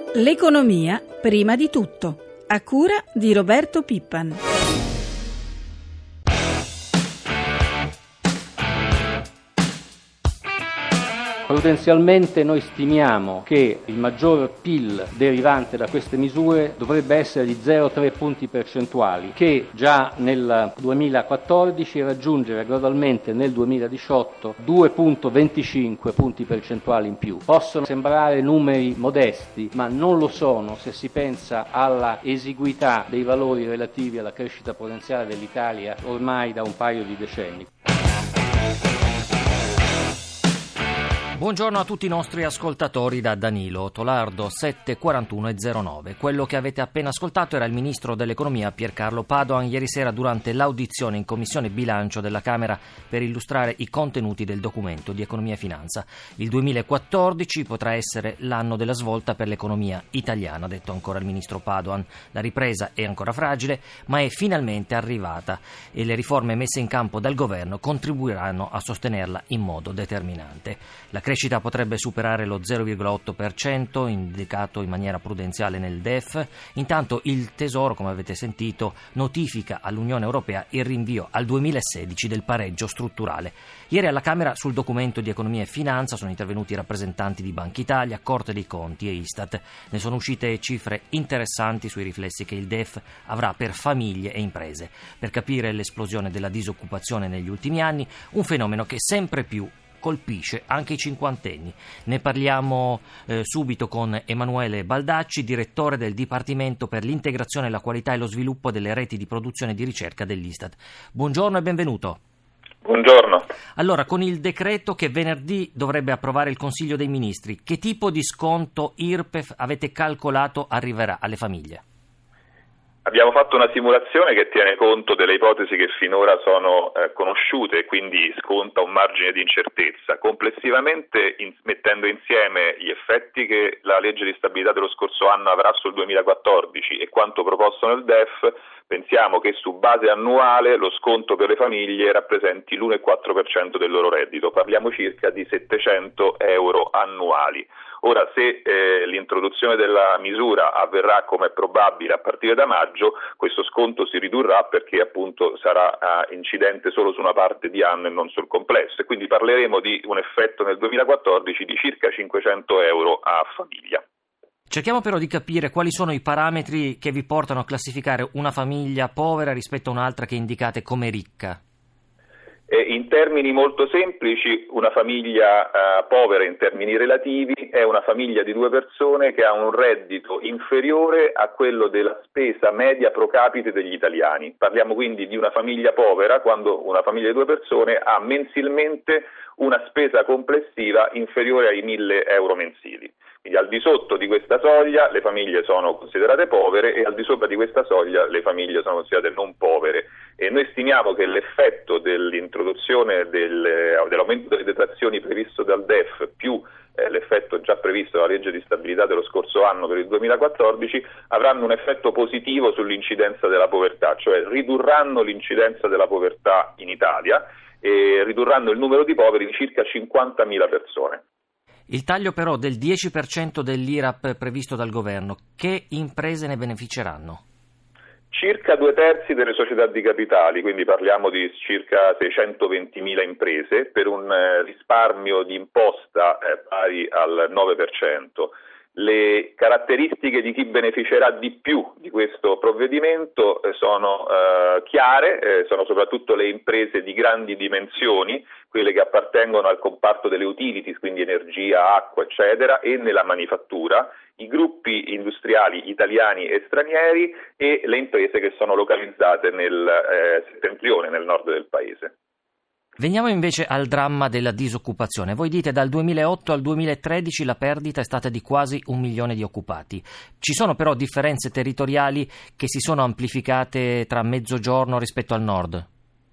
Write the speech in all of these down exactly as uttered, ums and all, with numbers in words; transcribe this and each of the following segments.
L'economia prima di tutto, a cura di Roberto Pippan. Prudenzialmente noi stimiamo che il maggior P I L derivante da queste misure dovrebbe essere di zero virgola tre punti percentuali, che già nel duemilaquattordici raggiungere gradualmente nel duemiladiciotto due virgola venticinque punti percentuali in più. Possono sembrare numeri modesti, ma non lo sono se si pensa alla esiguità dei valori relativi alla crescita potenziale dell'Italia ormai da un paio di decenni. Buongiorno a tutti i nostri ascoltatori da Danilo Tolardo, sette quarantuno e zero nove. Quello che avete appena ascoltato era il ministro dell'economia Piercarlo Padoan ieri sera durante l'audizione in Commissione Bilancio della Camera per illustrare i contenuti del documento di economia e finanza. Il duemilaquattordici potrà essere l'anno della svolta per l'economia italiana, ha detto ancora il ministro Padoan. La ripresa è ancora fragile, ma è finalmente arrivata e le riforme messe in campo dal governo contribuiranno a sostenerla in modo determinante. La La crescita potrebbe superare lo zero virgola otto per cento indicato in maniera prudenziale nel D E F. Intanto il Tesoro, come avete sentito, notifica all'Unione Europea il rinvio al duemilasedici del pareggio strutturale. Ieri alla Camera sul documento di economia e finanza sono intervenuti i rappresentanti di Banca Italia, Corte dei Conti e Istat. Ne sono uscite cifre interessanti sui riflessi che il D E F avrà per famiglie e imprese. Per capire l'esplosione della disoccupazione negli ultimi anni, un fenomeno che sempre più colpisce anche i cinquantenni. Ne parliamo eh, subito con Emanuele Baldacci, direttore del Dipartimento per l'integrazione, la qualità e lo sviluppo delle reti di produzione e di ricerca dell'Istat. Buongiorno e benvenuto. Buongiorno. Allora, con il decreto che venerdì dovrebbe approvare il Consiglio dei Ministri, che tipo di sconto I R P E F avete calcolato arriverà alle famiglie? Abbiamo fatto una simulazione che tiene conto delle ipotesi che finora sono eh, conosciute e quindi sconta un margine di incertezza. Complessivamente, in, mettendo insieme gli effetti che la legge di stabilità dello scorso anno avrà sul duemilaquattordici e quanto proposto nel D E F, pensiamo che su base annuale lo sconto per le famiglie rappresenti l'uno virgola quattro per cento del loro reddito. Parliamo circa di settecento euro annuali. Ora, se eh, l'introduzione della misura avverrà come è probabile a partire da maggio, questo sconto si ridurrà perché appunto sarà uh, incidente solo su una parte di anno e non sul complesso, e quindi parleremo di un effetto nel duemilaquattordici di circa cinquecento euro a famiglia. Cerchiamo però di capire quali sono i parametri che vi portano a classificare una famiglia povera rispetto a un'altra che indicate come ricca. In termini molto semplici, una famiglia uh, povera in termini relativi è una famiglia di due persone che ha un reddito inferiore a quello della spesa media pro capite degli italiani. Parliamo quindi di una famiglia povera quando una famiglia di due persone ha mensilmente una spesa complessiva inferiore ai mille euro mensili. Quindi al di sotto di questa soglia le famiglie sono considerate povere e al di sopra di questa soglia le famiglie sono considerate non povere, e noi stimiamo che l'effetto dell'introduzione del, dell'aumento delle detrazioni previsto dal D E F più eh, l'effetto già previsto dalla legge di stabilità dello scorso anno per il duemilaquattordici avranno un effetto positivo sull'incidenza della povertà, cioè ridurranno l'incidenza della povertà in Italia e ridurranno il numero di poveri di circa cinquantamila persone. Il taglio però del dieci per cento dell'I R A P previsto dal governo, che imprese ne beneficeranno? Circa due terzi delle società di capitali, quindi parliamo di circa seicentoventimila imprese, per un eh, risparmio di imposta eh, pari al nove per cento. Le caratteristiche di chi beneficerà di più di questo provvedimento eh, sono eh, chiare, eh, sono soprattutto le imprese di grandi dimensioni, quelle che appartengono al comparto delle utilities, quindi energia, acqua, eccetera, e nella manifattura, i gruppi industriali italiani e stranieri e le imprese che sono localizzate nel eh, settentrione, nel nord del paese. Veniamo invece al dramma della disoccupazione. Voi dite dal duemilaotto al duemilatredici la perdita è stata di quasi un milione di occupati. Ci sono però differenze territoriali che si sono amplificate tra mezzogiorno rispetto al nord?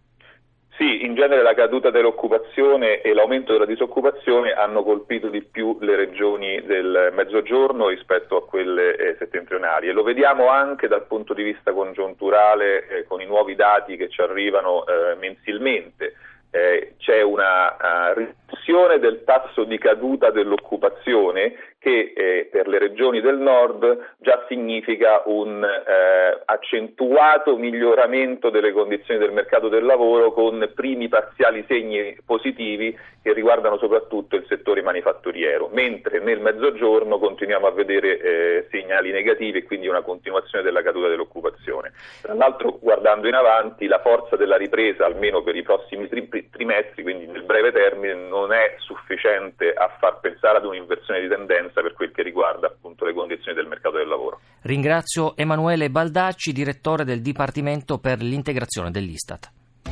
Sì, in genere la caduta dell'occupazione e l'aumento della disoccupazione hanno colpito di più le regioni del mezzogiorno rispetto a quelle eh, settentrionali, e lo vediamo anche dal punto di vista congiunturale eh, con i nuovi dati che ci arrivano eh, mensilmente. Eh, c'è una uh, riduzione del tasso di caduta dell'occupazione che eh, per le regioni del nord già significa un eh, accentuato miglioramento delle condizioni del mercato del lavoro, con primi parziali segni positivi che riguardano soprattutto il settore manifatturiero, mentre nel mezzogiorno continuiamo a vedere eh, segnali negativi e quindi una continuazione della caduta dell'occupazione. Tra l'altro, guardando in avanti, la forza della ripresa, almeno per i prossimi tri- trimestri, quindi nel breve termine, non è sufficiente a far pensare ad un'inversione di tendenza per quel che riguarda appunto le condizioni del mercato del lavoro. Ringrazio Emanuele Baldacci, direttore del Dipartimento per l'integrazione dell'Istat.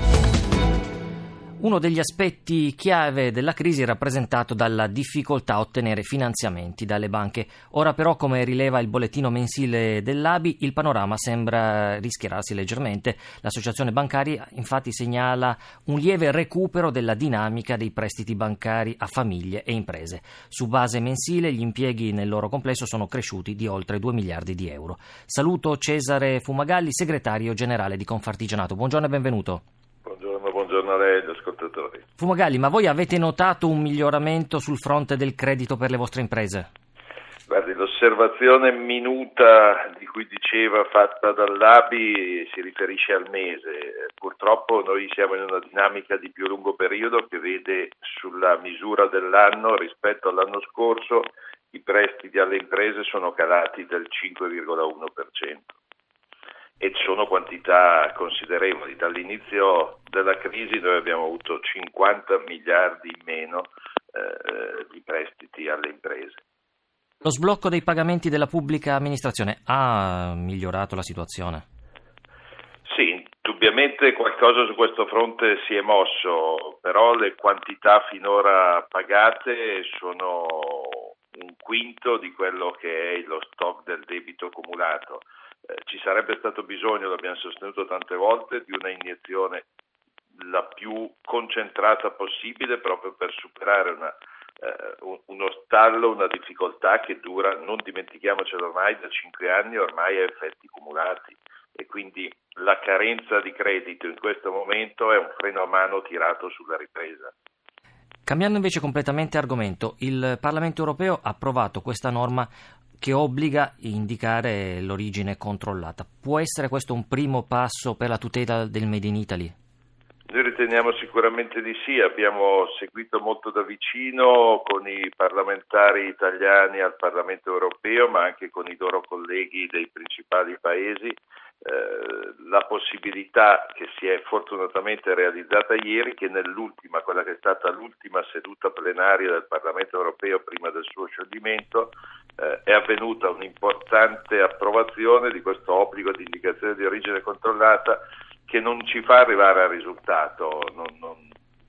Uno degli aspetti chiave della crisi è rappresentato dalla difficoltà a ottenere finanziamenti dalle banche. Ora però, come rileva il bollettino mensile dell'A B I, il panorama sembra rischiararsi leggermente. L'associazione bancaria infatti segnala un lieve recupero della dinamica dei prestiti bancari a famiglie e imprese. Su base mensile gli impieghi nel loro complesso sono cresciuti di oltre due miliardi di euro. Saluto Cesare Fumagalli, segretario generale di Confartigianato. Buongiorno e benvenuto. Buongiorno, buongiorno a lei e agli ascoltatori. Fumagalli, ma voi avete notato un miglioramento sul fronte del credito per le vostre imprese? Guardi, l'osservazione minuta di cui diceva fatta dall'A B I si riferisce al mese. Purtroppo noi siamo in una dinamica di più lungo periodo che vede sulla misura dell'anno rispetto all'anno scorso i prestiti alle imprese sono calati del cinque virgola uno per cento. E sono quantità considerevoli. Dall'inizio della crisi noi abbiamo avuto cinquanta miliardi in meno eh, di prestiti alle imprese. Lo sblocco dei pagamenti della pubblica amministrazione ha migliorato la situazione? Sì, indubbiamente qualcosa su questo fronte si è mosso, però le quantità finora pagate sono un quinto di quello che è lo stock del debito accumulato. Eh, ci sarebbe stato bisogno, l'abbiamo sostenuto tante volte, di una iniezione la più concentrata possibile proprio per superare una, eh, uno stallo, una difficoltà che dura, non dimentichiamocelo ormai, da cinque anni ormai a effetti cumulati, e quindi la carenza di credito in questo momento è un freno a mano tirato sulla ripresa. Cambiando invece completamente argomento, il Parlamento europeo ha approvato questa norma che obbliga a indicare l'origine controllata. Può essere questo un primo passo per la tutela del Made in Italy? Noi riteniamo sicuramente di sì, abbiamo seguito molto da vicino con i parlamentari italiani al Parlamento europeo, ma anche con i loro colleghi dei principali paesi, eh, la possibilità che si è fortunatamente realizzata ieri, che nell'ultima, quella che è stata l'ultima seduta plenaria del Parlamento europeo prima del suo scioglimento, eh, è avvenuta un'importante approvazione di questo obbligo di indicazione di origine controllata, che non ci fa arrivare al risultato, non, non,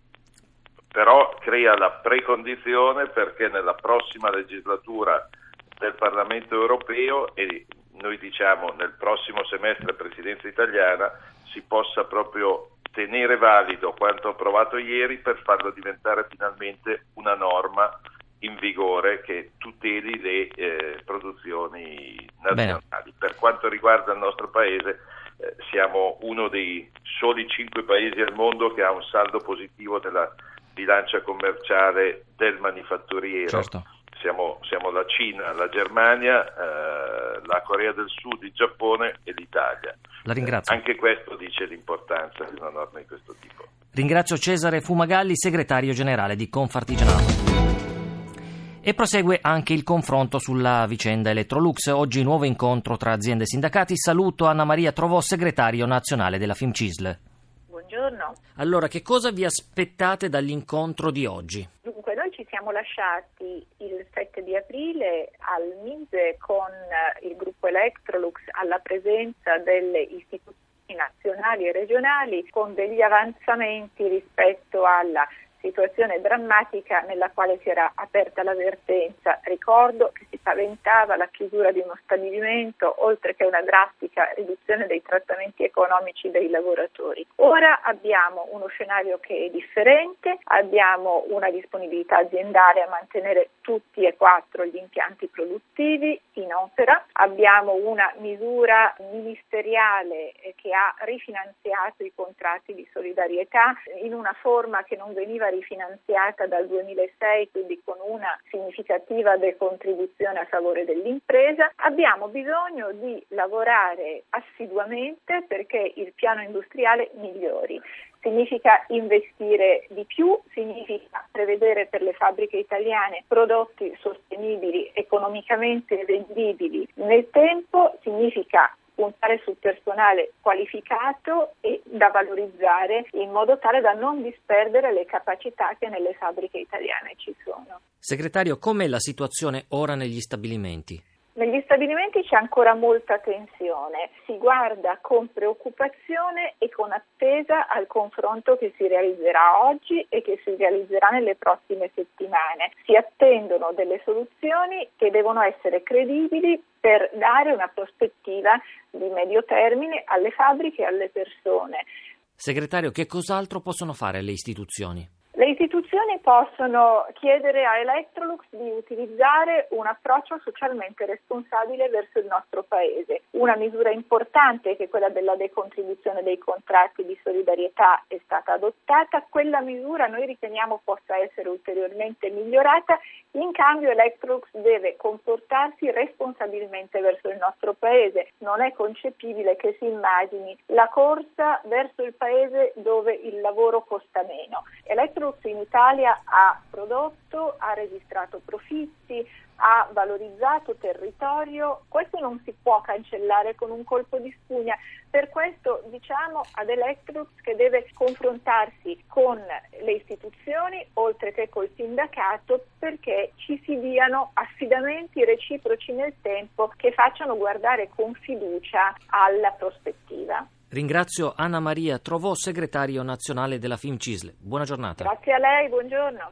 però crea la precondizione perché nella prossima legislatura del Parlamento europeo, e noi diciamo nel prossimo semestre presidenza italiana, si possa proprio tenere valido quanto approvato ieri per farlo diventare finalmente una norma in vigore che tuteli le eh, produzioni nazionali. Bene. Per quanto riguarda il nostro Paese, Eh, siamo uno dei soli cinque paesi al mondo che ha un saldo positivo nella bilancia commerciale del manifatturiero. Certo. Siamo, siamo la Cina, la Germania, eh, la Corea del Sud, il Giappone e l'Italia. La ringrazio. Eh, anche questo dice l'importanza di una norma di questo tipo. Ringrazio Cesare Fumagalli, segretario generale di Confartigianato. E prosegue anche il confronto sulla vicenda Electrolux. Oggi nuovo incontro tra aziende e sindacati. Saluto Anna Maria Trovò, segretario nazionale della FIMCISL. Buongiorno. Allora, che cosa vi aspettate dall'incontro di oggi? Dunque, noi ci siamo lasciati il sette di aprile al Mise con il gruppo Electrolux alla presenza delle istituzioni nazionali e regionali con degli avanzamenti rispetto alla situazione drammatica nella quale si era aperta la vertenza. Ricordo che si paventava la chiusura di uno stabilimento, oltre che una drastica riduzione dei trattamenti economici dei lavoratori. Ora abbiamo uno scenario che è differente, abbiamo una disponibilità aziendale a mantenere tutti e quattro gli impianti produttivi in opera, abbiamo una misura ministeriale che ha rifinanziato i contratti di solidarietà in una forma che non veniva veniva rifinanziata dal duemilasei, quindi con una significativa decontribuzione a favore dell'impresa. Abbiamo bisogno di lavorare assiduamente perché il piano industriale migliori. Significa investire di più, significa prevedere per le fabbriche italiane prodotti sostenibili, economicamente vendibili nel tempo, significa puntare sul personale qualificato e da valorizzare in modo tale da non disperdere le capacità che nelle fabbriche italiane ci sono. Segretario, com'è la situazione ora negli stabilimenti? Negli stabilimenti c'è ancora molta tensione, si guarda con preoccupazione e con attesa al confronto che si realizzerà oggi e che si realizzerà nelle prossime settimane. Si attendono delle soluzioni che devono essere credibili per dare una prospettiva di medio termine alle fabbriche e alle persone. Segretario, che cos'altro possono fare le istituzioni? Le istituzioni possono chiedere a Electrolux di utilizzare un approccio socialmente responsabile verso il nostro Paese. Una misura importante, che è quella della decontribuzione dei contratti di solidarietà, è stata adottata. Quella misura noi riteniamo possa essere ulteriormente migliorata. In cambio Electrolux deve comportarsi responsabilmente verso il nostro Paese. Non è concepibile che si immagini la corsa verso il Paese dove il lavoro costa meno. Electrolux in Italia ha prodotto, ha registrato profitti, ha valorizzato territorio. Questo non si può cancellare con un colpo di spugna. Per questo diciamo ad Electrolux che deve confrontarsi con le istituzioni oltre che col sindacato perché ci si diano affidamenti reciproci nel tempo che facciano guardare con fiducia alla prospettiva. Ringrazio Anna Maria Trovò, segretario nazionale della FIMCISL. Buona giornata. Grazie a lei, buongiorno.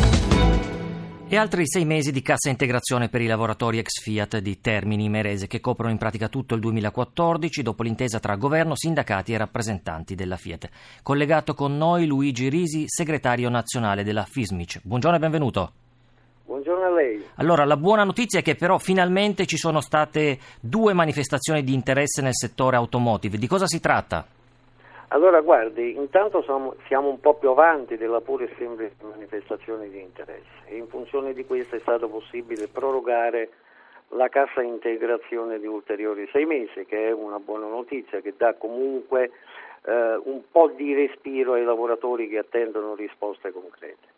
E altri sei mesi di cassa integrazione per i lavoratori ex Fiat di Termini Imerese che coprono in pratica tutto il duemilaquattordici dopo l'intesa tra governo, sindacati e rappresentanti della Fiat. Collegato con noi Luigi Risi, segretario nazionale della FISMIC. Buongiorno e benvenuto. Buongiorno a lei. Allora, la buona notizia è che però finalmente ci sono state due manifestazioni di interesse nel settore automotive. Di cosa si tratta? Allora, guardi, intanto siamo, siamo un po' più avanti della pura e semplice manifestazione di interesse e in funzione di questo è stato possibile prorogare la cassa integrazione di ulteriori sei mesi, che è una buona notizia, che dà comunque eh, un po' di respiro ai lavoratori che attendono risposte concrete.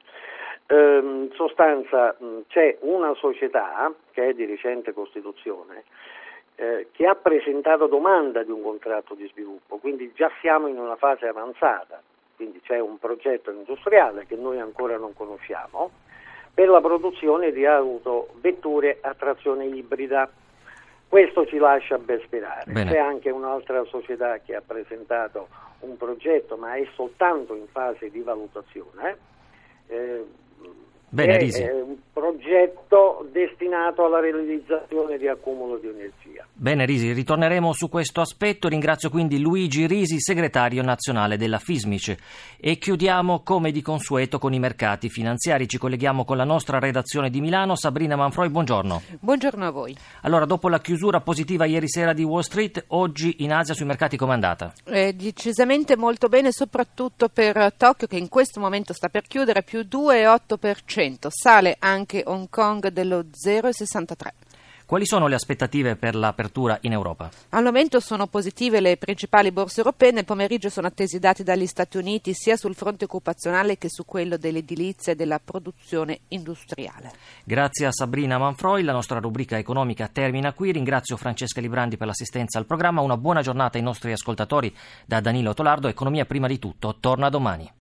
In sostanza mh, c'è una società che è di recente costituzione eh, che ha presentato domanda di un contratto di sviluppo, quindi già siamo in una fase avanzata, quindi c'è un progetto industriale che noi ancora non conosciamo per la produzione di autovetture a trazione ibrida. Questo ci lascia ben sperare. Bene. C'è anche un'altra società che ha presentato un progetto ma è soltanto in fase di valutazione. Eh, Bene, è, Risi. è un progetto destinato alla realizzazione di accumulo di energia. Bene Risi, ritorneremo su questo aspetto. Ringrazio quindi Luigi Risi, segretario nazionale della FISMIC. E chiudiamo come di consueto con i mercati finanziari. Ci colleghiamo con la nostra redazione di Milano. Sabrina Manfroi, buongiorno. Buongiorno a voi. Allora, dopo la chiusura positiva ieri sera di Wall Street, oggi in Asia sui mercati com'è andata? Eh, decisamente molto bene, soprattutto per Tokyo che in questo momento sta per chiudere più due virgola otto per cento. Sale anche Hong Kong dello zero virgola sessantatré. Quali sono le aspettative per l'apertura in Europa? Al momento sono positive le principali borse europee. Nel pomeriggio sono attesi dati dagli Stati Uniti sia sul fronte occupazionale che su quello dell'edilizia e della produzione industriale. Grazie a Sabrina Manfroi. La nostra rubrica economica termina qui. Ringrazio Francesca Librandi per l'assistenza al programma. Una buona giornata ai nostri ascoltatori da Danilo Tolardo. Economia prima di tutto torna domani.